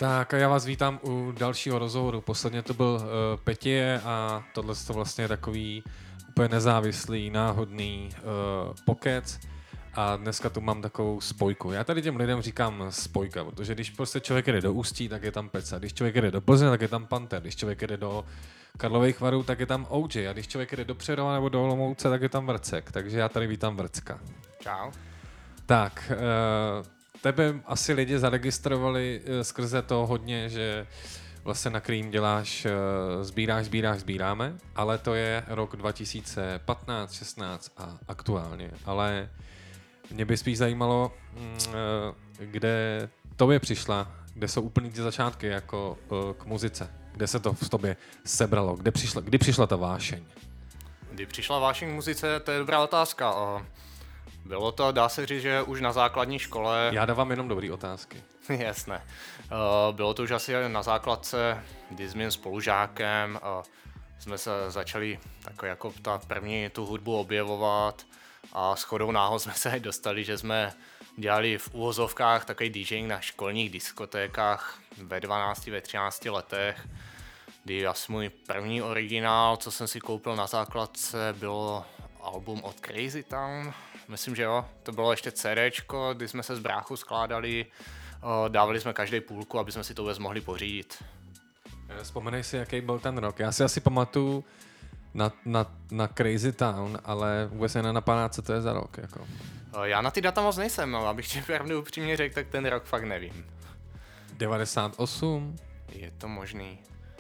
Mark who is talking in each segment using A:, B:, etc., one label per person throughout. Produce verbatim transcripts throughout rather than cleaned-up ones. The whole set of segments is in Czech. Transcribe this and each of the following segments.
A: Tak a já vás vítám u dalšího rozhovoru. Posledně to byl uh, Petie a tohle je vlastně takový úplně nezávislý, náhodný uh, pokec. A dneska tu mám takovou spojku. Já tady těm lidem říkám spojka, protože když prostě člověk jde do Ústí, tak je tam Peca. Když člověk jde do Plzně, tak je tam Panther. Když člověk jde do Karlových Varů, tak je tam O J. A když člověk jde do Přerova nebo do Olomouce, tak je tam Vrcek. Takže já tady vítám Vrcka.
B: Čau.
A: Tak, uh, tebe asi lidi zaregistrovali uh, skrze to hodně, že vlastně na Cream děláš, uh, sbíráš, sbíráš, sbíráme, ale to je rok dva tisíce patnáct, šestnáct a aktuálně. Ale mě by spíš zajímalo, uh, kde tobě přišla, kde jsou úplně ty začátky jako uh, k muzice, kde se to v tobě sebralo, kde přišla, kdy přišla ta vášeň?
B: Kdy přišla vášeň k muzice, to je dobrá otázka. Bylo to, dá se říct, že už na základní škole...
A: Já dávám jenom dobrý otázky.
B: Jasné. Bylo to už asi na základce, kdy s mým spolužákem jsme se začali takový jako ta první tu hudbu objevovat a shodou náhod jsme se dostali, že jsme dělali v uvozovkách takový DJing na školních diskotékách ve dvanácti, ve třinácti letech, kdy asi můj první originál, co jsem si koupil na základce, bylo album od Crazy Town. Myslím, že jo, to bylo ještě CDčko, kdy jsme se s bráchou skládali, dávali jsme každý půlku, aby jsme si to vůbec mohli pořídit.
A: Vzpomenej si, jaký byl ten rok. Já si asi pamatuju na, na, na Crazy Town, ale vůbec nenapadá, co to je za rok. Jako.
B: Já na ty data moc nejsem, no, abych ti pravdu upřímně řekl, tak ten rok fakt nevím.
A: devadesát osm?
B: Je to možný.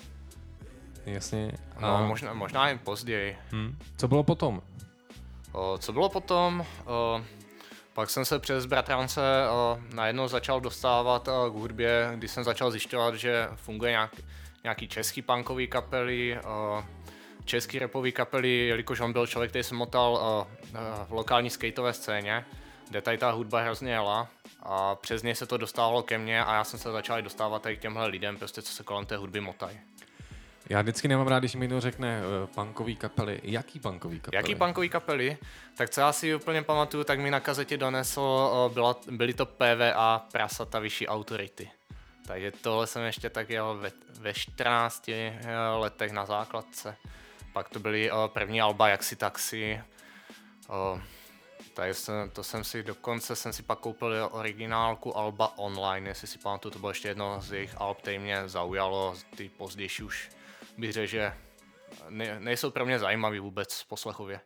A: Jasně. A...
B: No, možná, možná jen později.
A: Hmm. Co bylo potom?
B: O, co bylo potom? O, pak jsem se přes bratrance o, najednou začal dostávat o, k hudbě, když jsem začal zjišťovat, že funguje nějak, nějaký český punkový kapely, o, český rapový kapely, jelikož on byl člověk, který se motal o, o, v lokální skateové scéně, kde tady ta hudba hrozně jela a přes něj se to dostávalo ke mně a já jsem se začal dostávat tady k těmhle lidem, prostě, co se kolem té hudby motají.
A: Já vždycky nemám rád, když mi někdo řekne uh, punkový kapely. Jaký punkový kapely?
B: Jaký punkový kapely? Tak co já si úplně pamatuju, tak mi na kazetě donesl, byla, byly to P V A, Prasata, vyšší autority. Takže tohle jsem ještě tak jel ve, ve čtrnácti letech na základce. Pak to byly uh, první alba Jaksi taxi. Uh, takže jsem, to jsem si dokonce jsem si pak koupil originálku alba Online, jestli si pamatuju, to bylo ještě jedno z jejich alb, které mě zaujalo, ty pozdější už bych řekl, že ne, nejsou pro mě zajímavý vůbec poslechově.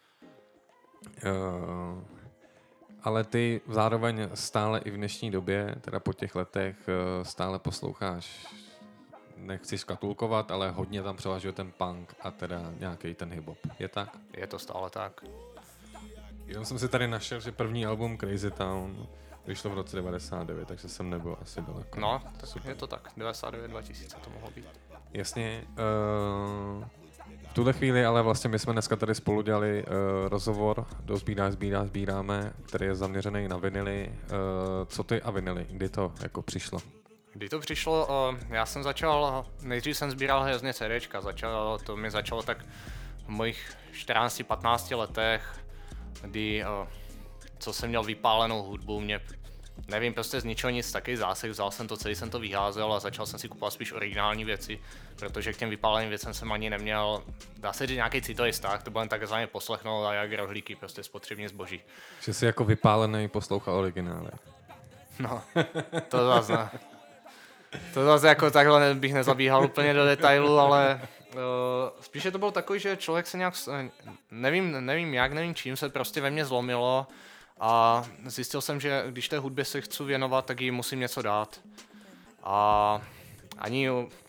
A: Uh, ale ty zároveň stále i v dnešní době, teda po těch letech, uh, stále posloucháš, nechci škatulkovat, ale hodně tam převažuje ten punk a teda nějaký ten hip-hop. Je tak?
B: Je to stále tak.
A: Jenom jsem si tady našel, že první album Crazy Town vyšlo v roce devadesát devět, takže jsem nebyl asi daleko.
B: No, tak super. Je to tak. devadesát devět dva tisíce to mohlo být.
A: Jasně. Uh, v tuhle chvíli, ale vlastně my jsme dneska tady spolu dělali uh, rozhovor do Sbíráš, sbírá, sbíráme, který je zaměřený na vinily. Uh, co ty a vinily? Kdy to jako přišlo?
B: Kdy to přišlo, uh, já jsem začal, nejdřív jsem sbíral hrozně CDčka, začalo, to mi začalo tak v mojich čtrnácti patnácti letech, kdy uh, co jsem měl vypálenou hudbu, mě nevím, prostě z ničeho nic, taky zásah, vzal jsem to, celý jsem to vyházel a začal jsem si kupovat spíš originální věci, protože k těm vypáleným věcem jsem ani neměl, dá se říct, nějaký citový vztah, to byl jen takzvaně poslechnout a jak rohlíky, prostě spotřební zboží.
A: Že jsi jako vypálený poslouchal originály.
B: No, to zase ne. To zase jako takhle bych nezabíhal úplně do detailu, ale uh, spíše to bylo takový, že člověk se nějak, nevím, nevím jak, nevím čím se prostě ve mně zlomilo a zjistil jsem, že když té hudbě se chci věnovat, tak jí musím něco dát. A ani,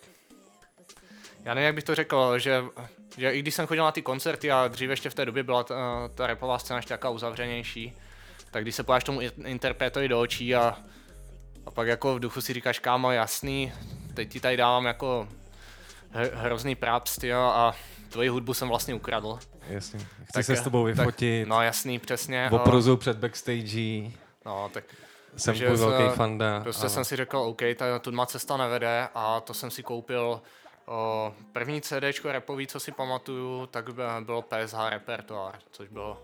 B: já nevím, jak bych to řekl, že, že i když jsem chodil na ty koncerty a dříve ještě v té době byla ta, ta rapová scéna ještě taková uzavřenější, tak když se pojáš tomu interpretovi do očí a A pak jako v duchu si říkáš, kámo, jasný, teď ti tady dávám jako hr- hrozný prápst, jo, a tvoji hudbu jsem vlastně ukradl.
A: Jasně. Chci
B: tak,
A: se s tebou vyfotit.
B: Tak, no jasný, přesně.
A: Oprozu před backstage.
B: No, tak...
A: Jsem tvůj velký fanda.
B: Prostě ale... jsem si řekl, OK, ta tudma cesta nevede a to jsem si koupil o, první CDčko rapový, co si pamatuju, tak bylo P S H Repertoire, což bylo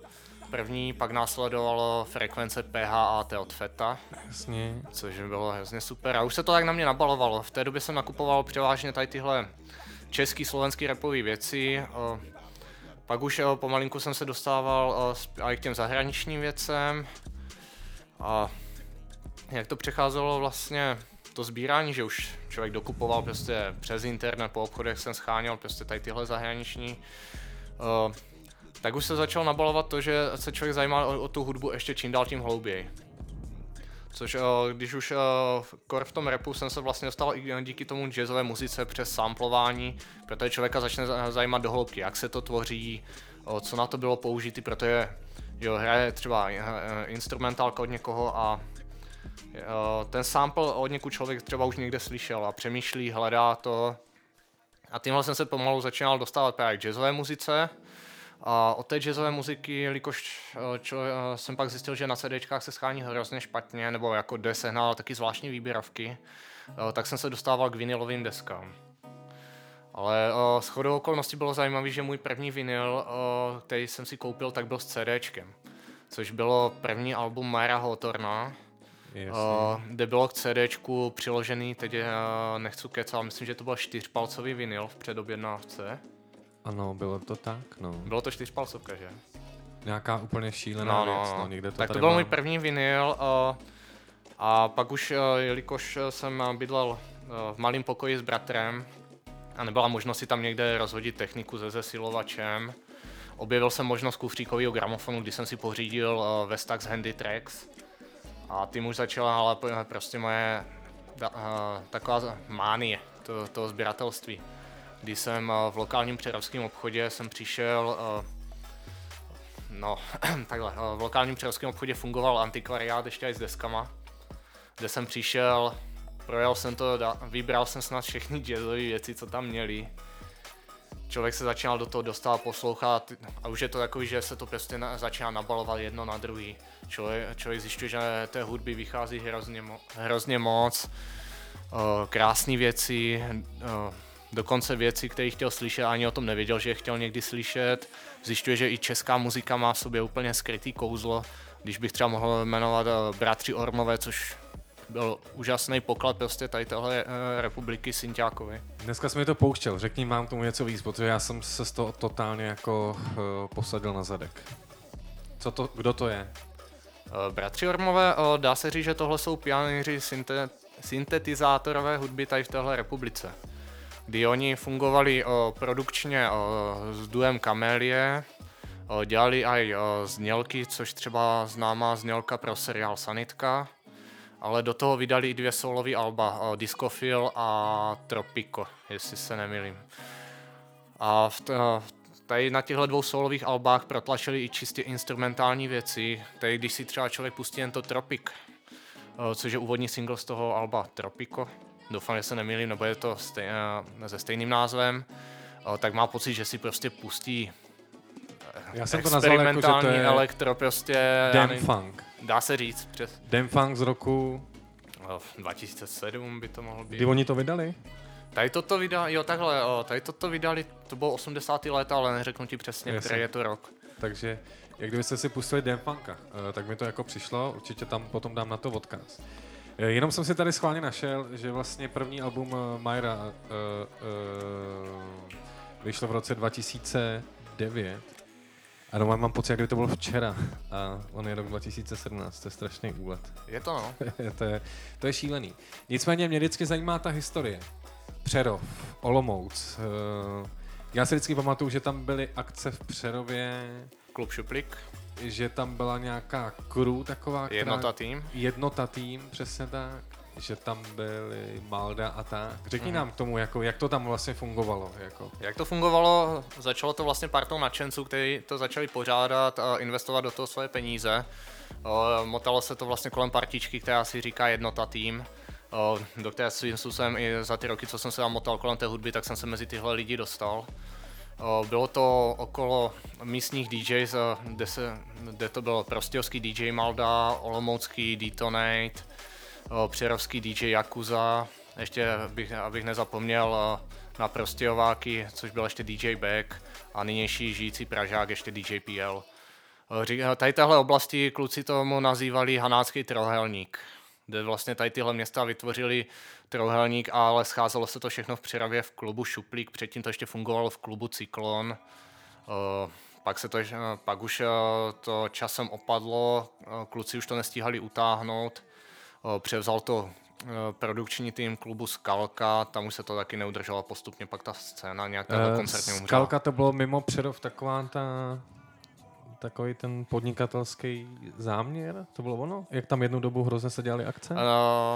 B: první, pak následovalo Frekvence P H A T od Feta.
A: Jasně.
B: Což bylo hrozně super. A už se to tak na mě nabalovalo. V té době jsem nakupoval převážně tady tyhle český, slovenský rapové věci. Pak už pomalinku jsem se dostával i k těm zahraničním věcem. A jak to přecházelo vlastně to sbírání, že už člověk dokupoval prostě přes internet, po obchodech jsem scháněl prostě tady tyhle zahraniční. Tak už se začal nabalovat to, že se člověk zajímá o, o tu hudbu ještě čím dál tím hlouběji. Což když už kor v tom rapu jsem se vlastně dostal i díky tomu jazzové muzice přes samplování, protože člověka začne zajímat do hloubky, jak se to tvoří, co na to bylo použité, protože jo, hraje třeba instrumentálka od někoho a ten sample od někud člověk třeba už někde slyšel a přemýšlí, hledá to. A tímhle jsem se pomalu začínal dostávat právě k jazzové muzice. A od té jazzové muziky, jelikož čo, jsem pak zjistil, že na CDčkách se schání hrozně špatně, nebo jako jde sehnal taky zvláštní výběrovky, tak jsem se dostával k vinilovým deskám. Ale shodou okolností bylo zajímavé, že můj první vinyl, který jsem si koupil, tak byl s CDčkem. Což bylo první album Mayra Hawthorna, kde bylo k CDčku přiložený, teď nechci kecat, myslím, že to byl čtyřpalcový vinyl v předobjednávce.
A: Ano, bylo to tak, no.
B: Bylo to čtyřpalcovka, že?
A: Nějaká úplně šílená
B: no,
A: věc,
B: no.
A: no, někde to
B: tak
A: tady
B: to byl
A: mám.
B: můj první vinyl uh, a pak už, uh, jelikož jsem bydlel uh, v malém pokoji s bratrem a nebyla možnost si tam někde rozhodit techniku se zesilovačem, objevil jsem možnost kufříkového gramofonu, kdy jsem si pořídil uh, Vestax Handy Tracks a tím už začala ale prostě moje uh, taková mánie to, toho sběratelství. Když jsem v lokálním přerovském obchodě jsem přišel, no takhle, v lokálním přerovském obchodě fungoval antikvariát ještě i s deskama, kde jsem přišel, projel jsem to, vybral jsem snad všechny jazzové věci, co tam měli. Člověk se začínal do toho dostávat, poslouchat a už je to takový, že se to prostě na, začíná nabalovat jedno na druhý. Člověk, člověk zjišťuje, že té hudby vychází hrozně, mo- hrozně moc, krásné věci, dokonce věci, které chtěl slyšet, ani o tom nevěděl, že je chtěl někdy slyšet. Zjišťuje, že i česká muzika má v sobě úplně skrytý kouzlo. Když bych třeba mohl jmenovat Bratři Ormové, což byl úžasný poklad prostě tady téhle republiky Synťákovi.
A: Dneska jsem mi to pouštěl, řekni, mám tomu něco víc, protože já jsem se z toho totálně jako uh, posadil na zadek. Co to, kdo to je?
B: Bratři Ormové, uh, dá se říct, že tohle jsou pionýři synte, syntetizátorové hudby tady v téhle republice. Kdy oni fungovali o, produkčně o, s duem Kamelie, o, dělali i o, znělky, což třeba známá znělka pro seriál Sanitka, ale do toho vydali i dvě solové alba, o, Discophil a Tropico, jestli se nemýlím. A v t- tady na těchto dvou solových albách protlačili i čistě instrumentální věci, tady když si třeba člověk pustí jen to Tropic, o, což je úvodní single z toho alba Tropico, doufám, že se nemýlím, nebo je to stej, se stejným názvem, tak má pocit, že si prostě pustí
A: Já jsem to nazval jako, že to je
B: elektro, prostě...
A: Dem Funk.
B: Dá se říct. Přes...
A: Dem Funk z roku...
B: dva tisíce sedm by to mohlo být.
A: Kdy oni to vydali?
B: Tady toto vydali, jo takhle, o, tady toto vydali, to bylo osmdesátá léta, ale neřeknu ti přesně,
A: Jasně.
B: který je to rok.
A: Takže, jak kdybyste si pustili Dem Funka, tak mi to jako přišlo, určitě tam potom dám na to odkaz. Jenom jsem si tady schválně našel, že vlastně první album Mayra uh, uh, vyšlo v roce dva tisíce devět. A doma mám pocit, jak kdyby to bylo včera. A on je rok dva tisíce sedmnáct, to je strašný úlet.
B: Je to no.
A: to, je, to je šílený. Nicméně mě vždycky zajímá ta historie. Přerov, Olomouc. Uh, já si vždycky pamatuju, že tam byly akce v Přerově.
B: Klub Šuplik.
A: Že tam byla nějaká crew taková, která...
B: Jednota tým.
A: Jednota tým, přesně tak. Že tam byly Malda a tak. Řekni mm. nám k tomu, jako, jak to tam vlastně fungovalo. Jako.
B: Jak to fungovalo? Začalo to vlastně partou nadšenců, kteří to začali pořádat a investovat do toho svoje peníze. Motalo se to vlastně kolem partičky, která si říká Jednota tým. Do které svým způsobem i za ty roky, co jsem se tam motal kolem té hudby, tak jsem se mezi tyhle lidi dostal. Bylo to okolo místních D Js, kde, se, kde to byl prostějovský D J Malda, olomoucký Detonate, přerovský D J Yakuza, ještě bych, abych nezapomněl na Prostějováky, což byl ještě D J Beck a nynější žijící Pražák ještě D J P L. Tady téhle oblasti kluci tomu nazývali Hanácký trojúhelník, kde vlastně tady tyhle města vytvořili trojúhelník, ale scházelo se to všechno v Přeravě v klubu Šuplík, předtím to ještě fungovalo v klubu Cyklon. Pak, se to, pak už to časem opadlo, kluci už to nestíhali utáhnout, převzal to produkční tým klubu Skalka, tam už se to taky neudrželo postupně, pak ta scéna nějak uh, koncertně umřela.
A: Skalka to bylo mimo Přerov taková ta, takový ten podnikatelský záměr, to bylo ono? Jak tam jednu dobu hrozně se dělaly akce?
B: Uh,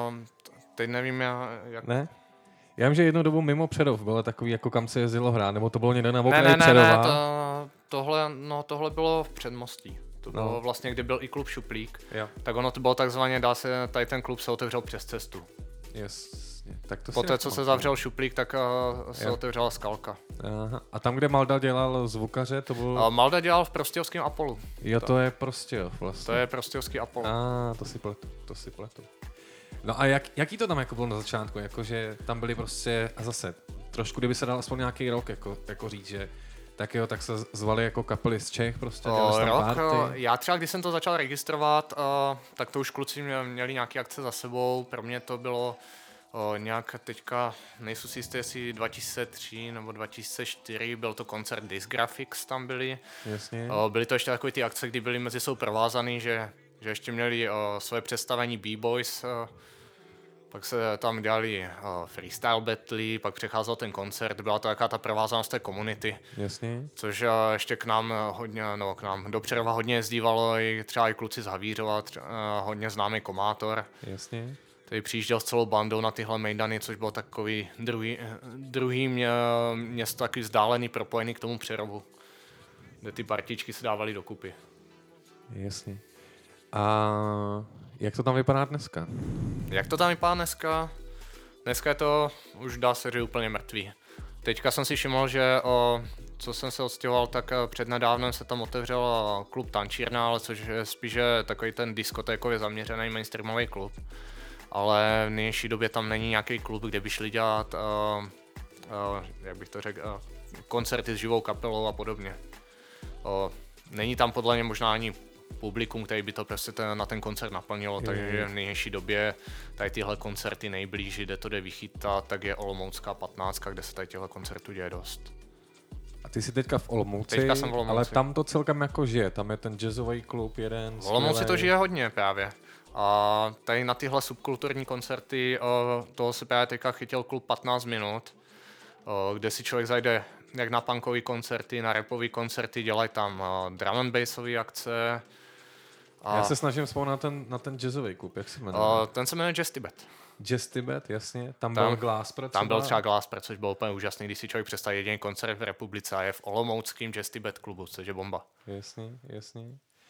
B: teď nevím, jak...
A: Ne? Já vím, že jednu dobu mimo Přerov bylo takový, jako kam se jezdilo hrát, nebo to bylo někde na okraji
B: ne, ne,
A: Přerova?
B: Ne, ne, to, tohle, no, tohle bylo v Předmostí. To bylo no. vlastně, kdy byl i klub Šuplík,
A: jo.
B: tak ono to bylo takzvaně, dá se, tady ten klub se otevřel přes cestu.
A: Jasně, tak to
B: Poté, co se zavřel Šuplík, tak uh, se jo. otevřela Skalka.
A: Aha. A tam, kde Malda dělal zvukaře, to bylo...
B: Uh, Malda dělal v prostějovském Apolu.
A: Jo, to, to je Prostějov vlastně.
B: To je prostějovský Apol.
A: A, to si pletu, to si pletu. No a jak, jaký to tam jako bylo na začátku, jakože tam byli prostě, a zase, trošku kdyby se dal aspoň nějaký rok, jako, jako říct, že tak jo, tak se zvali jako kapely z Čech, prostě dělali tam
B: rok,
A: party.
B: Já třeba, když jsem to začal registrovat, uh, tak to už kluci měli nějaké akce za sebou, pro mě to bylo uh, nějak teďka, nejsou si jistý, jestli dva tisíce tři nebo dva tisíce čtyři, byl to koncert Disgraphics tam byli.
A: Jasně.
B: Uh, byly to ještě takové ty akce, kdy byly mezi sebou provázaný, že, že ještě měli uh, svoje představení B-Boys, uh, pak se tam dělali uh, freestyle battle, pak přecházel ten koncert, byla to jaká ta provázanost té komunity.
A: Jasně.
B: Což uh, ještě k nám hodně, no k nám do Přerova hodně jezdívalo i třeba i kluci z Havířova, třeba, uh, hodně známý Komátor.
A: Jasně.
B: Který přijížděl s celou bandou na tyhle mejdany, což bylo takový druhý, druhý mě, město takový vzdálený, propojený k tomu Přerovu, kde ty partičky se dávaly dokupy.
A: Jasně. A jak to tam vypadá dneska?
B: Jak to tam vypadá dneska? Dneska je to už dá se říct úplně mrtvý. Teďka jsem si všiml, že o, co jsem se odstěhoval, tak přednedávnem se tam otevřel klub Tančírna, ale což je spíš takový ten diskotékově zaměřený mainstreamový klub. Ale v nynější době tam není nějaký klub, kde by šli dělat, uh, uh, jak bych to řekl, uh, koncerty s živou kapelou a podobně. Uh, není tam podle mě možná ani publikum, který by to prostě ten, na ten koncert naplnilo, mm. takže v nynější době tady tyhle koncerty nejblíž, kde to jde vychytat, tak je Olomoucká patnáctka, kde se tady těchto koncertů děje dost.
A: A ty jsi teďka v Olomouci,
B: teďka jsem v Olomouci,
A: ale tam to celkem jako žije, tam je ten jazzový klub jeden.
B: V Olomouci to žije hodně právě. A tady na tyhle subkulturní koncerty toho se právě teďka chytil klub patnáct minut, kde si člověk zajde jak na punkové koncerty, na rapové koncerty, dělají tam drum and bassové akce.
A: A já se snažím vzpomínat na ten, na ten jazzový klub, jak se jmenuje?
B: Ten se jmenuje Jazz Tibet.
A: Jazz Tibet, jasně. Tam, tam byl Glasper třeba?
B: Tam byl třeba Glasper, což bylo úplně úžasný, když si člověk představí jediný koncert v republice a je v olomouckém Jazz Tibet klubu, což je bomba.
A: Jasně, jasně.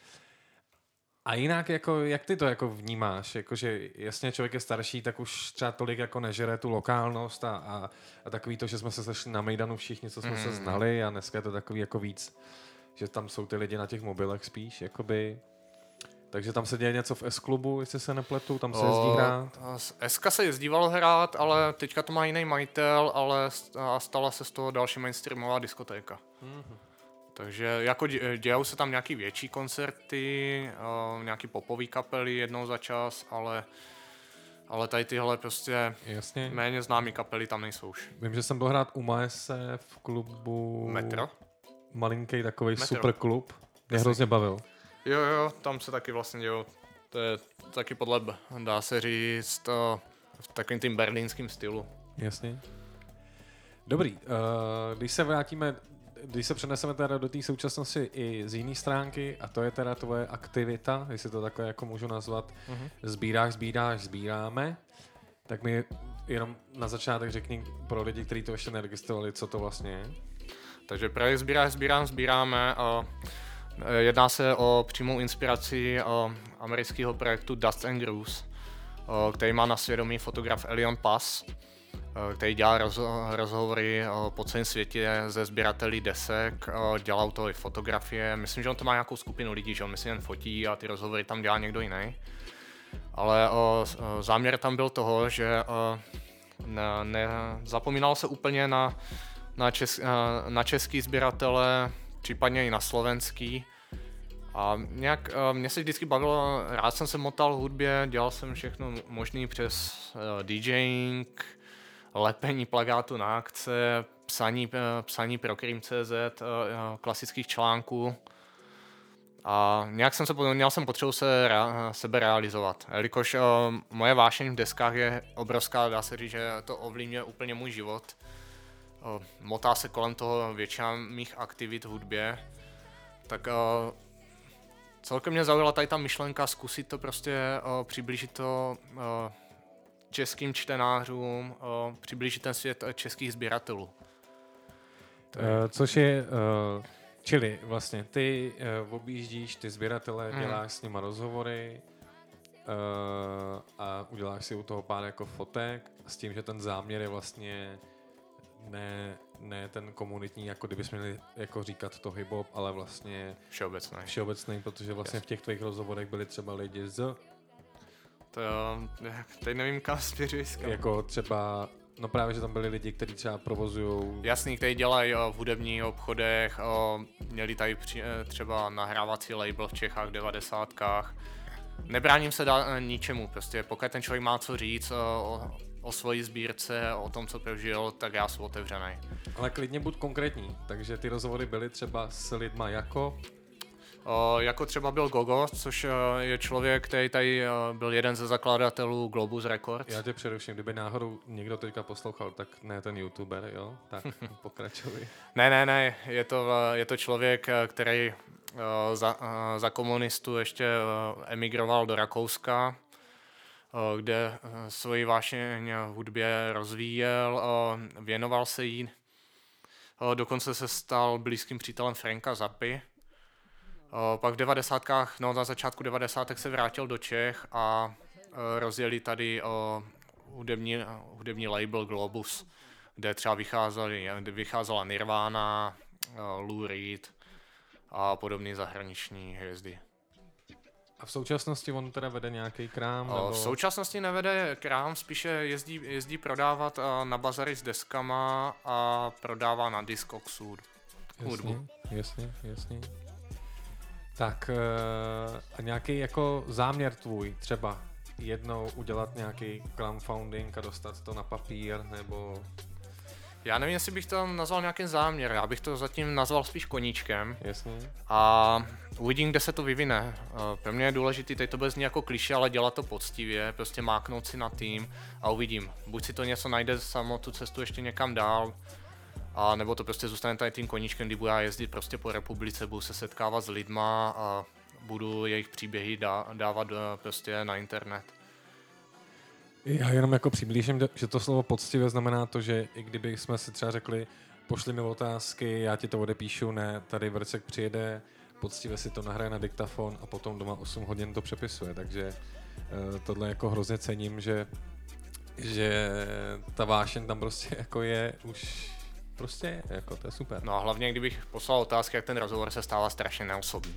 A: A jinak, jako, jak ty to jako vnímáš? Jakože jasně člověk je starší, tak už třeba tolik jako nežere tu lokálnost a, a, a takový to, že jsme se sešli na Mejdanu všichni, co jsme mm. se znali a dneska je to takový jako víc, že tam jsou ty lidi na těch mobilech spíš, jakoby. Takže tam se děje něco v S-klubu, jestli se nepletu, tam se jezdí hrát?
B: Z S-ka se jezdívalo hrát, ale teďka to má jiný majitel, ale stala se z toho další mainstreamová diskotéka. Mm-hmm. Takže jako dějou se tam nějaký větší koncerty, uh, nějaký popový kapely jednou za čas, ale, ale tady tyhle prostě
A: jasně.
B: méně známý kapely tam nejsou už.
A: Vím, že jsem byl hrát u Maese v klubu...
B: Metro?
A: Malinký takovej Metro. Super klub. Mě hrozně bavil.
B: Jo, jo, tam se taky vlastně dějou. To je taky podle, dá se říct, uh, v takovým tím berlínským stylu.
A: Jasně. Dobrý, uh, když se vrátíme Když se přeneseme teda do té současnosti i z jiné stránky, a to je teda tvoje aktivita, jestli to takhle jako můžu nazvat, uh-huh. sbíráš, sbíráš, sbíráme, tak mi jenom na začátek řekni pro lidi, kteří to ještě neregistrovali, co to vlastně je.
B: Takže právě sbíráš, sbírám, sbíráme. A jedná se o přímou inspiraci amerického projektu Dust and Grooves, který má na svědomí fotograf Elion Pass, který dělá rozho- rozhovory po celém světě ze sběrateli desek, dělal to i fotografie. Myslím, že on to má nějakou skupinu lidí, že on myslím jen fotí a ty rozhovory tam dělá někdo jiný. Ale o, záměr tam byl toho, že o, ne, ne, zapomínalo se úplně na, na, čes, na český sběratele, případně i na slovenský. A nějak uh, mě se vždycky bavilo, rád jsem se motal v hudbě, dělal jsem všechno možný přes uh, DJing, lepení plakátu na akce, psaní, uh, psaní pro Cream tečka cé zet, uh, uh, klasických článků. A nějak jsem se, měl jsem potřebu se rea, sebe realizovat, jelikož uh, moje vášeň v deskách je obrovská, dá se říct, že to ovlivňuje úplně můj život. Uh, motá se kolem toho většina mých aktivit v hudbě, tak uh, celkem mě zaujala tady ta myšlenka zkusit to prostě uh, přiblížit to uh, českým čtenářům, uh, přiblížit ten svět českých sběratelů.
A: Uh, což je... Uh... Čili vlastně ty uh, objíždíš ty sběratele, mm. děláš s nima rozhovory uh, a uděláš si u toho pár jako fotek s tím, že ten záměr je vlastně ne, ne ten komunitní, jako kdybys měli jako říkat to hip-hop, ale vlastně
B: všeobecný.
A: Všeobecný, protože vlastně yes. v těch tvých rozhovorech byli třeba lidi z...
B: To jo, teď nevím, kam směřuješ.
A: Jako třeba... No právě, že tam byli lidi, kteří třeba provozujou...
B: Jasný, kteří dělají v hudebních obchodech, o, měli tady při, třeba nahrávací label v Čechách v devadesátkách. Nebráním se dá, ničemu, prostě pokud ten člověk má co říct o, o svojí sbírce, o tom, co prožil, tak já jsem otevřený.
A: Ale klidně buď konkrétní, takže ty rozhovory byly třeba s lidma jako...
B: O, jako třeba byl Gogo, což je člověk, který tady byl jeden ze zakladatelů Globus Records.
A: Já tě přeruším, kdyby náhodou někdo teďka poslouchal, tak ne ten youtuber, jo? Tak pokračuj.
B: Ne, ne, ne, je to, je to člověk, který za, za komunistu ještě emigroval do Rakouska, kde svoji vášeň v hudbě rozvíjel, věnoval se jí. Dokonce se stal blízkým přítelem Franka Zappy. Uh, pak v devadesátkách, no na začátku devadesátek se vrátil do Čech a uh, rozjeli tady uh, hudební, uh, hudební label Globus, kde třeba vycházeli, kde vycházela Nirvana, uh, Lou Reed a podobné zahraniční hvězdy.
A: A v současnosti on teda vede nějaký krám?
B: Uh,
A: nebo...
B: V současnosti nevede krám, spíše jezdí, jezdí prodávat uh, na bazary s deskama a prodává na Discogsu hudbu.
A: Jasně, jasně, jasně. Tak a nějaký jako záměr tvůj, třeba jednou udělat nějaký crowdfunding a dostat to na papír, nebo...
B: Já nevím, jestli bych to nazval nějakým záměr, já bych to zatím nazval spíš koníčkem.
A: Jasně.
B: A uvidím, kde se to vyvine. Pro mě je důležitý, teď to bude znít jako klišé, ale dělat to poctivě, prostě máknout si na tým a uvidím. Buď si to něco najde samo tu cestu ještě někam dál, a nebo to prostě zůstane tady tím koníčkem, kdy budu jezdit prostě po republice, budu se setkávat s lidma a budu jejich příběhy dá, dávat prostě na internet.
A: Já jenom jako přiblížím, že to slovo poctivě znamená to, že i kdyby jsme si třeba řekli, pošli mi otázky, já ti to odepíšu, ne, tady Vrcek přijede, poctivě si to nahraje na diktafon a potom doma osm hodin to přepisuje, takže uh, tohle jako hrozně cením, že, že ta vášeň tam prostě jako je už prostě, jako to je super.
B: No a hlavně, kdybych poslal otázky, jak ten rozhovor se stává strašně neosobní.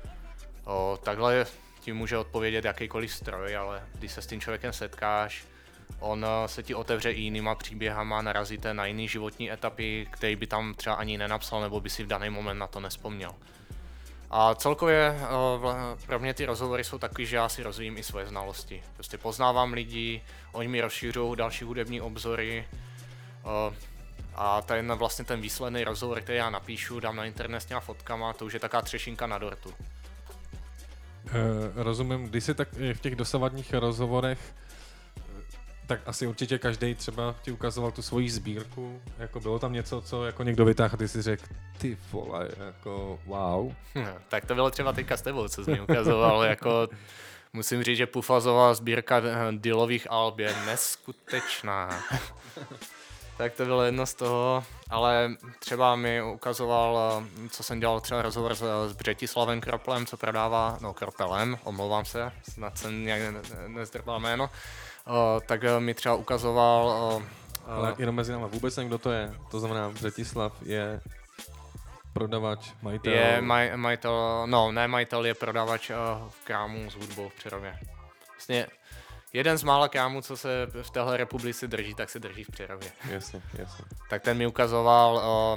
B: O, takhle ti může odpovědět jakýkoliv stroj, ale když se s tím člověkem setkáš, on se ti otevře i jinýma příběhama, narazíte na jiný životní etapy, který by tam třeba ani nenapsal, nebo by si v daný moment na to nespomněl. A celkově pro mě ty rozhovory jsou takový, že já si rozvíjím i svoje znalosti. Prostě poznávám lidi, oni mi rozšířují další hudební obzory. A ten vlastně ten výsledný rozhovor, který já napíšu, dám na internet s těma fotkama, to už je taková třešinka na dortu.
A: E, rozumím, když jsi tak v těch dosavadních rozhovorech, tak asi určitě každý třeba ti ukazoval tu svoji sbírku, jako bylo tam něco, co jako někdo vytáhl a ty si řekl, ty vole, jako wow.
B: Hm, tak to bylo třeba teďka s tebou, co jsi mi ukazoval, jako musím říct, že Pufazová sbírka Dylových alb je neskutečná. Tak to bylo jedno z toho, ale třeba mi ukazoval, co jsem dělal třeba rozhovor s, s Břetislavem Kroplem, co prodává, no Kropelem, omlouvám se, snad jsem nějak nezdrbal jméno, o, tak mi třeba ukazoval... O,
A: ale jenom mezi náma, vůbec nevím, kdo to je, to znamená Břetislav je prodavač, majitel...
B: Je maj, majitel, no ne majitel, je prodavač o, v krámu s hudbou v Přerově. Vlastně jeden z mála krámů, co se v téhle republice drží, tak se drží v Přerově.
A: Jasně, jasně.
B: Tak ten mi ukazoval o,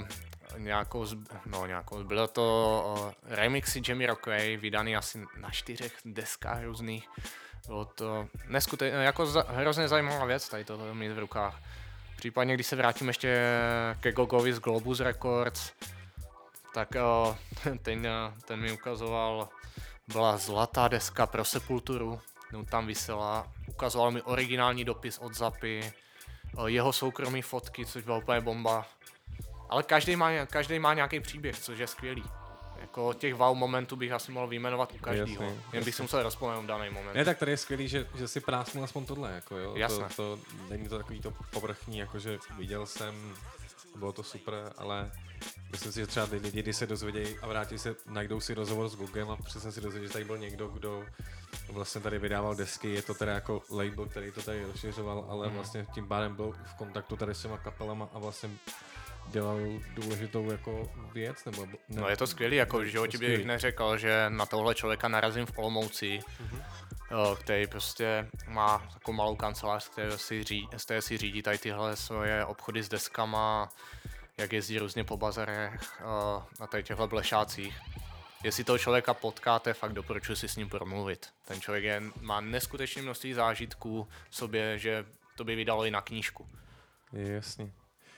B: nějakou, no nějakou, bylo to uh, remixy Jamiroquai, vydaný asi na čtyřech deskách různých. Bylo to neskutečně, jako za, hrozně zajímavá věc tady tohle mít v rukách. Případně, když se vrátím ještě ke Gogovi z Globus Records, tak uh, ten, ten mi ukazoval, byla zlatá deska pro Sepulturu, no, tam visela, ukazoval mi originální dopis od Zapy, uh, jeho soukromý fotky, což byla úplně bomba. Ale každý má, každý má nějaký příběh, což je skvělý. Jako těch wow momentů bych asi mohl vyjmenovat u každého. Jen jasný. bych si musel rozpomenout daný moment.
A: Ne, tak tady je skvělý, že, že si prásnul aspoň tohle, jako jo.
B: Jasné.
A: To, to, není to takový to povrchní, jakože viděl jsem, bylo to super, ale myslím si, že třeba ty lidi, když se dozvědějí a vrátí se, najdou si rozhovor s Gogem a přesně si dozvědí, že tady byl někdo, kdo vlastně tady vydával desky, je to teda jako label, který to tady rozšiřoval, ale mm. vlastně tím pádem byl v kontaktu tady s těma kapelama a vlastně dělal důležitou jako věc, nebo... Ne,
B: no je to skvělý, jako v životě bych neřekl, že na tohle člověka narazím v Olomouci, mm-hmm. který prostě má takovou malou kancelář, z které si řídí, z které si řídí tady tyhle svoje obchody s deskama, jak jezdí různě po bazarech na tady těchto blešácích. Jestli toho člověka potkáte, fakt doporučuji si s ním promluvit. Ten člověk je, má neskutečné množství zážitků v sobě, že to by vydalo i na knížku.
A: Je jasný.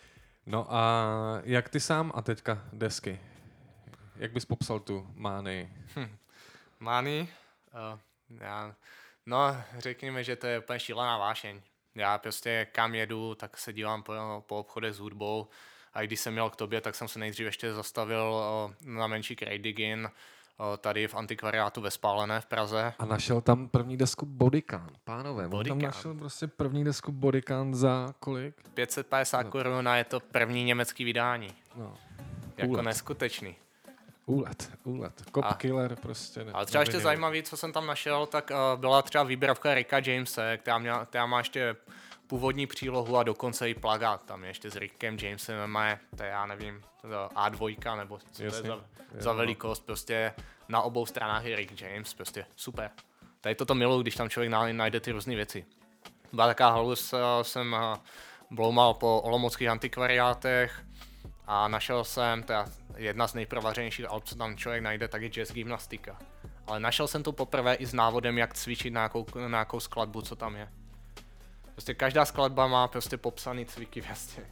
A: No a jak ty sám a teďka desky? Jak bys popsal tu mánii?
B: Hm. Mánii? Uh, já, no, řekněme, že to je úplně šílená vášeň. Já prostě kam jedu, tak se dívám po, po obchodech s hudbou. A když jsem měl k tobě, tak jsem se nejdřív ještě zastavil uh, na menší Crate Diggin, uh, tady v antikvariátu ve Spálené v Praze.
A: A našel tam první desku Bodycan, pánové.
B: Bodycan.
A: Tam našel prostě první desku Bodycan za kolik?
B: pět set padesát
A: no.
B: korun a je to první německý vydání.
A: No.
B: Jako
A: Úlet.
B: Neskutečný.
A: Úlet, úlet. Cop a, Killer prostě. Ne,
B: ale třeba ještě zajímavý, co jsem tam našel, tak uh, byla třeba výběrovka Ricka Jamese, která, měla, která má ještě původní přílohu a dokonce i plagát. Tam je ještě s Rickem Jamesem, má, to já nevím, to A dva nebo co Jasně. to je za, za velikost. Prostě na obou stranách je Rick James, prostě super. Tady toto miluji, když tam člověk najde ty různé věci. Byla taková halus, jsem bloumal po olomouckých antikvariátech a našel jsem, to je jedna z nejprovařenějších alb, co tam člověk najde, tak je Jazz Gymnastika. Ale našel jsem to poprvé i s návodem, jak cvičit na nějakou, na nějakou skladbu, co tam je. Prostě každá skladba má prostě popsaný cviky vlastně.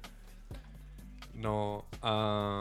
A: No a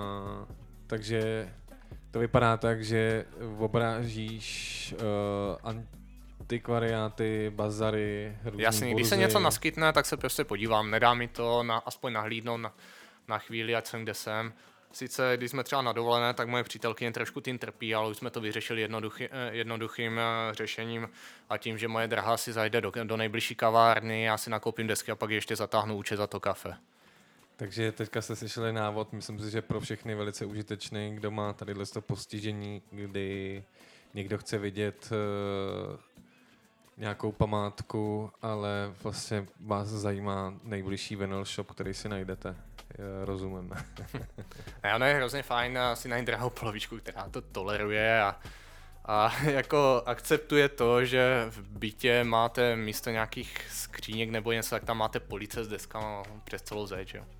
A: takže to vypadá tak, že obrážíš uh, antikvariáty, bazary, různý
B: Jasně,
A: burzy.
B: když se něco naskytne, tak se prostě podívám. Nedá mi to na, aspoň nahlídnout na, na chvíli, ať jsem kde jsem. Sice, když jsme třeba na dovolené, tak moje přítelkyně trošku tím trpí, ale už jsme to vyřešili jednoduchý, jednoduchým řešením a tím, že moje drahá si zajde do, do nejbližší kavárny, já si nakoupím desky a pak ještě zatáhnu účet za to kafe.
A: Takže teďka jste slyšeli návod, myslím si, že pro všechny velice užitečný, kdo má tady to postižení, kdy někdo chce vidět uh, nějakou památku, ale vlastně vás zajímá nejbližší vinyl shop, který si najdete. Rozumím.
B: A ono je hrozně fajn si najít drahou polovičku, která to toleruje a, a jako akceptuje to, že v bytě máte místo nějakých skříněk nebo něco, tak tam máte police s deskama přes celou zeď, jo.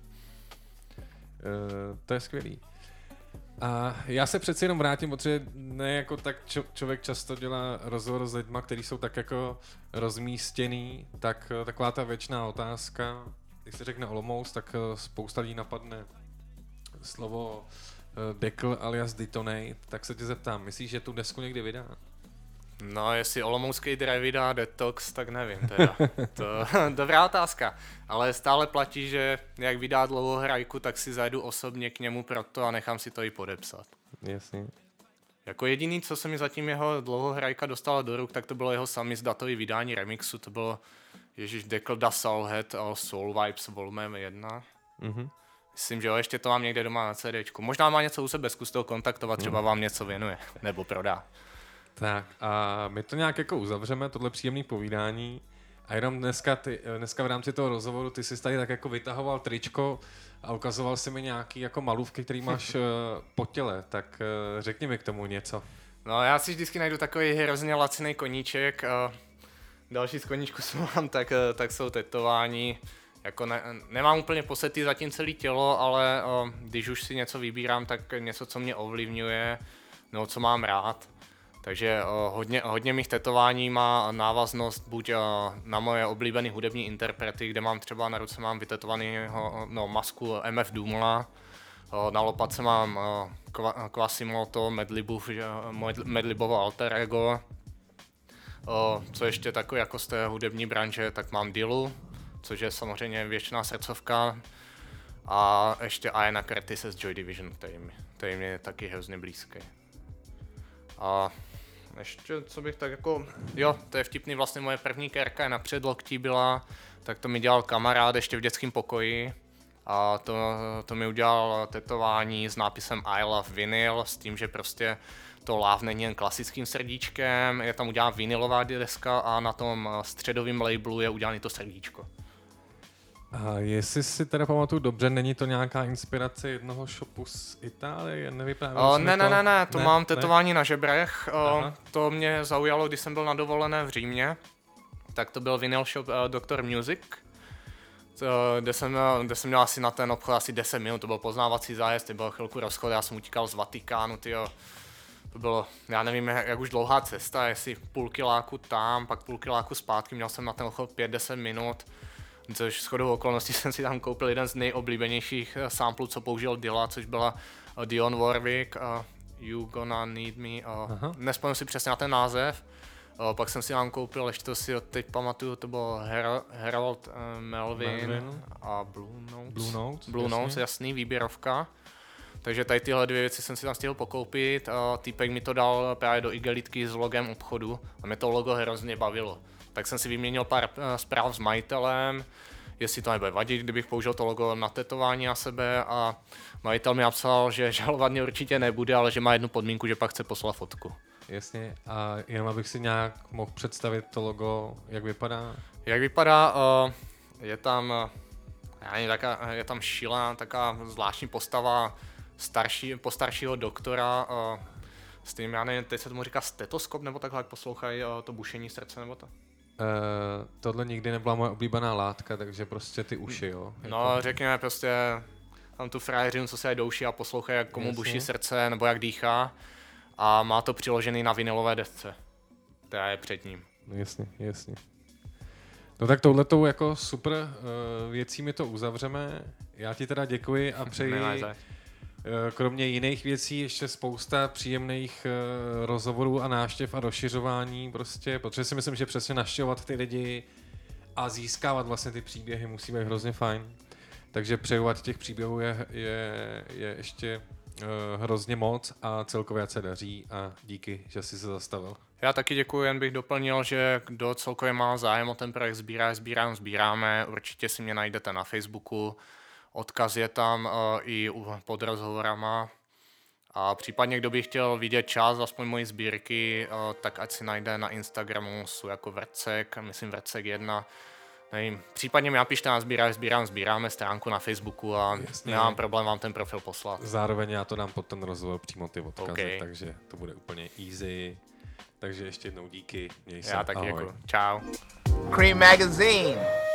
A: Uh, to je skvělý. A já se přeci jenom vrátím, protože ne jako tak čo, člověk často dělá rozhovor s lidma, kteří jsou tak jako rozmístěný, tak taková ta věčná otázka, když se řekne Olomouc, tak spousta lidí napadne slovo Dekl alias Detonate, tak se tě zeptám, myslíš, že tu desku někdy vydá?
B: No, jestli olomoucký Dre vydá Detox, tak nevím teda. To, dobrá otázka. Ale stále platí, že jak vydá dlouhohrajku, tak si zajdu osobně k němu proto a nechám si to i podepsat.
A: Jasně.
B: Jako jediný, co se mi zatím jeho dlouhohrajka dostala do ruk, tak to bylo jeho samizdatový vydání remixu. To bylo Ježíš Dekl da Soulhead a Soul Vibes Volume jedna. Mm-hmm. Myslím, že jo, ještě to mám někde doma na CDčku. Možná má něco u sebe, zkuste ho kontaktovat, třeba vám něco věnuje, nebo prodá.
A: Tak a my to nějak jako uzavřeme, tohle příjemné povídání. A jenom dneska, ty, dneska v rámci toho rozhovoru ty jsi tady tak jako vytahoval tričko a ukazoval si mi nějaký jako malůvky, který máš po těle, tak řekni mi k tomu něco.
B: No já si vždycky najdu takový hrozně laciný koníček. Další z koníčku, co mám, tak, tak jsou tetování. jako ne, nemám úplně posetý zatím celé tělo, ale uh, když už si něco vybírám, tak něco, co mě ovlivňuje, nebo co mám rád. Takže uh, hodně, hodně mých tetování má návaznost buď uh, na moje oblíbené hudební interprety, kde mám třeba na ruce mám vytetovaného no, masku M F Doomla, uh, na lopatce mám uh, Quasimoto, Madlibův, uh, Madlibovo alter ego. Uh, co ještě takový jako z té hudební branže, tak mám Dillu, což je samozřejmě věčná srdcovka. A ještě Iana Curtise z Joy Division, který mi, který mi je taky hrozně blízký. A ještě, co bych tak jako, jo, to je vtipný, vlastně moje první kérka na předloktí byla, tak to mi dělal kamarád ještě v dětském pokoji a to, to mi udělal tetování s nápisem I love vinyl, s tím, že prostě to love není jen klasickým srdíčkem, je tam udělána vinylová deska a na tom středovém labelu je udělané to srdíčko.
A: A jestli si teda pamatuju dobře, není to nějaká inspirace jednoho shopu z Itálie?
B: O, ne, ne, ne, ne, to
A: ne,
B: mám tetování ne? na žebrech. O,
A: Aha.
B: to mě zaujalo, když jsem byl na dovolené v Římě. Tak to byl vinyl shop uh, Doctor Music, to, kde, jsem, kde jsem měl asi na ten obchod asi deset minut, to byl poznávací zájezd, to byl chvilku rozchod, já jsem utíkal z Vatikánu, tyjo. To bylo, já nevím, jak už dlouhá cesta, jestli půl kiláku tam, pak půl kiláku zpátky, měl jsem na ten obchod pět deset minut. Což shodou okolností jsem si tam koupil jeden z nejoblíbenějších samplů, co použil Dilla, což byla uh, Dionne Warwick, uh, You Gonna Need Me, uh, nespomínám si přesně na ten název. Uh, pak jsem si tam koupil, ještě to si teď pamatuju, to byl Her- Harold uh, Melvin, Melvin a Blue Notes.
A: Blue Notes,
B: Blue
A: jasný.
B: Notes, jasný, výběrovka. Takže tady tyhle dvě věci jsem si tam stihl pokoupit. Uh, týpek mi to dal právě do igelitky s logem obchodu a mě to logo hrozně bavilo. Tak jsem si vyměnil pár uh, zpráv s majitelem, jestli to nebude vadit, kdybych použil to logo na tetování na sebe a majitel mi napsal, že žalovat mě určitě nebude, ale že má jednu podmínku, že pak chce poslat fotku.
A: Jasně, a jenom abych si nějak mohl představit to logo, jak vypadá?
B: Jak vypadá, uh, je tam, uh, já nevím, taká, je tam šílená, taká zvláštní postava starší, postaršího doktora, uh, s tím, já nevím, teď se tomu říká stetoskop, nebo takhle, jak poslouchají uh, to bušení srdce, nebo to?
A: Uh, tohle nikdy nebyla moje oblíbená látka, takže prostě ty uši, jo?
B: No, jako... řekněme prostě tam tu frajeřinu, co se aj douší a poslouchají, jak komu Jasně. buší srdce, nebo jak dýchá. A má to přiložený na vinylové desce. To je před ním.
A: No jasně, jasně. No tak touhletou jako super uh, věcí mi to uzavřeme. Já ti teda děkuji a přeji uh, kromě jiných věcí ještě spousta příjemných uh, rozhovorů a návštěv a rozšiřování prostě, protože si myslím, že přesně navštěvovat ty lidi a získávat vlastně ty příběhy musí být hrozně fajn. Takže přeju, ať těch příběhů je, je, je ještě uh, hrozně moc a celkově se daří a díky, že jsi se zastavil.
B: Já taky děkuji, jen bych doplnil, že kdo celkově má zájem o ten projekt Sbíraj, sbírám, sbíráme, určitě si mě najdete na Facebooku, odkaz je tam uh, i pod rozhovorama a případně kdo by chtěl vidět část aspoň mojí sbírky, uh, tak ať si najde na Instagramu, jsou jako Vrcek, myslím Vrcek jedna. Nevím, případně mi napište na Sbíraj, sbírám, sbíráme stránku na Facebooku a Jasně. nemám problém vám ten profil poslat.
A: Zároveň já to dám pod ten rozhovor přímo ty odkazy,
B: okay.
A: takže to bude úplně easy. Takže ještě jednou díky, měj se,
B: Já taky
A: ahoj.
B: Děkuji. Čau.
C: Cream Magazine.